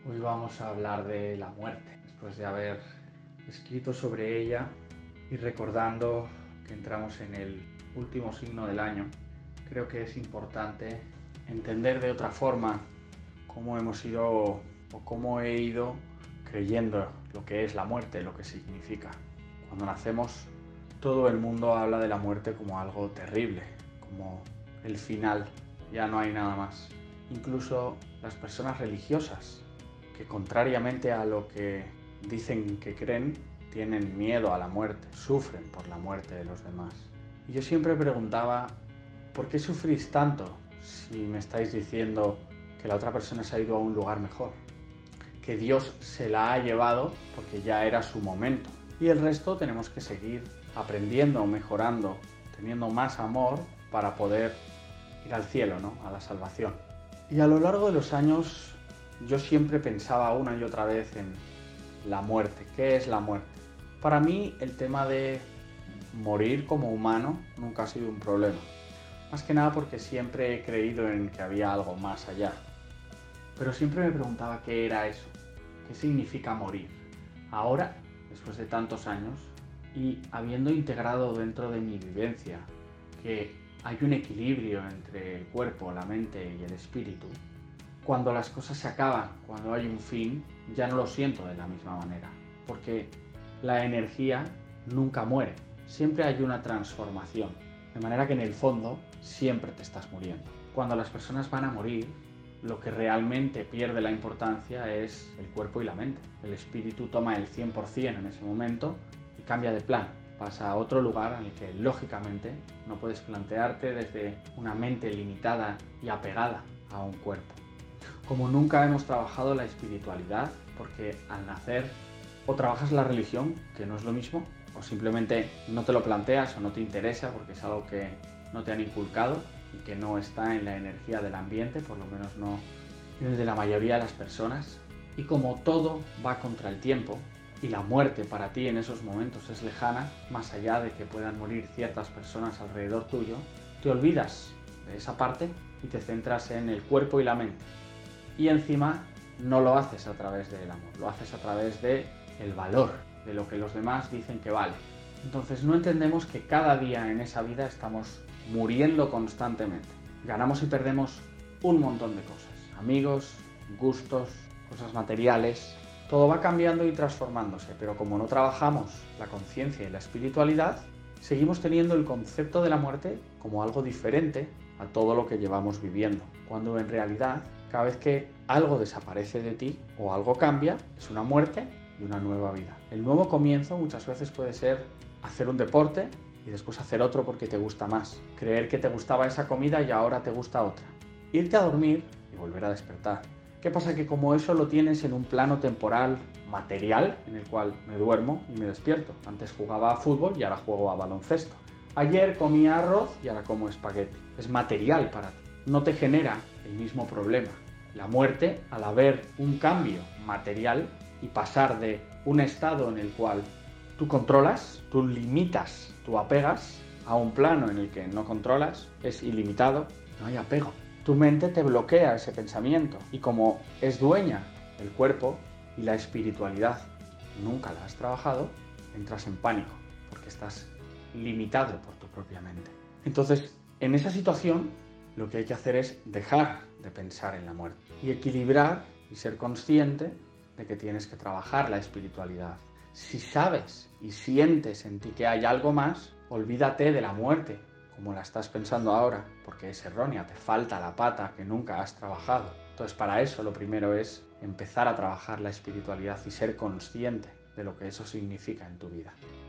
Hoy vamos a hablar de la muerte, después de haber escrito sobre ella y recordando que entramos en el último signo del año. Creo que es importante entender de otra forma cómo hemos ido o cómo he ido creyendo lo que es la muerte, lo que significa. Cuando nacemos, todo el mundo habla de la muerte como algo terrible, como el final, ya no hay nada más. Incluso las personas religiosas, que contrariamente a lo que dicen que creen, tienen miedo a la muerte, sufren por la muerte de los demás. Y yo siempre preguntaba, ¿por qué sufrís tanto si me estáis diciendo que la otra persona se ha ido a un lugar mejor? Que Dios se la ha llevado porque ya era su momento. Y el resto tenemos que seguir aprendiendo, mejorando, teniendo más amor para poder ir al cielo, ¿no? A la salvación. Y a lo largo de los años yo siempre pensaba una y otra vez en la muerte. ¿Qué es la muerte? Para mí el tema de morir como humano nunca ha sido un problema. Más que nada porque siempre he creído en que había algo más allá. Pero siempre me preguntaba qué era eso, qué significa morir. Ahora, después de tantos años, y habiendo integrado dentro de mi vivencia que hay un equilibrio entre el cuerpo, la mente y el espíritu, cuando las cosas se acaban, cuando hay un fin, ya no lo siento de la misma manera, porque la energía nunca muere, siempre hay una transformación, de manera que en el fondo siempre te estás muriendo. Cuando las personas van a morir, lo que realmente pierde la importancia es el cuerpo y la mente. El espíritu toma el 100% en ese momento y cambia de plan. Pasa a otro lugar en el que, lógicamente, no puedes plantearte desde una mente limitada y apegada a un cuerpo. Como nunca hemos trabajado la espiritualidad, porque al nacer o trabajas la religión, que no es lo mismo, o simplemente no te lo planteas o no te interesa porque es algo que no te han inculcado y que no está en la energía del ambiente, por lo menos no en el de la mayoría de las personas. Y como todo va contra el tiempo y la muerte para ti en esos momentos es lejana, más allá de que puedan morir ciertas personas alrededor tuyo, te olvidas de esa parte y te centras en el cuerpo y la mente. Y encima no lo haces a través del amor, lo haces a través del valor, de lo que los demás dicen que vale. Entonces no entendemos que cada día en esa vida estamos muriendo constantemente. Ganamos y perdemos un montón de cosas. Amigos, gustos, cosas materiales. Todo va cambiando y transformándose, pero como no trabajamos la conciencia y la espiritualidad, seguimos teniendo el concepto de la muerte como algo diferente a todo lo que llevamos viviendo, cuando en realidad cada vez que algo desaparece de ti o algo cambia, es una muerte y una nueva vida. El nuevo comienzo muchas veces puede ser hacer un deporte y después hacer otro porque te gusta más. Creer que te gustaba esa comida y ahora te gusta otra. Irte a dormir y volver a despertar. ¿Qué pasa? Que como eso lo tienes en un plano temporal material, en el cual me duermo y me despierto. Antes jugaba a fútbol y ahora juego a baloncesto. Ayer comía arroz y ahora como espagueti. Es material para ti. No te genera el mismo problema. La muerte, al haber un cambio material y pasar de un estado en el cual tú controlas, tú limitas, tú apegas, a un plano en el que no controlas, es ilimitado, no hay apego. Tu mente te bloquea ese pensamiento y como es dueña del cuerpo y la espiritualidad nunca la has trabajado, entras en pánico porque estás limitado por tu propia mente. Entonces, en esa situación, lo que hay que hacer es dejar de pensar en la muerte y equilibrar y ser consciente de que tienes que trabajar la espiritualidad. Si sabes y sientes en ti que hay algo más, olvídate de la muerte como la estás pensando ahora, porque es errónea, te falta la pata que nunca has trabajado. Entonces, para eso lo primero es empezar a trabajar la espiritualidad y ser consciente de lo que eso significa en tu vida.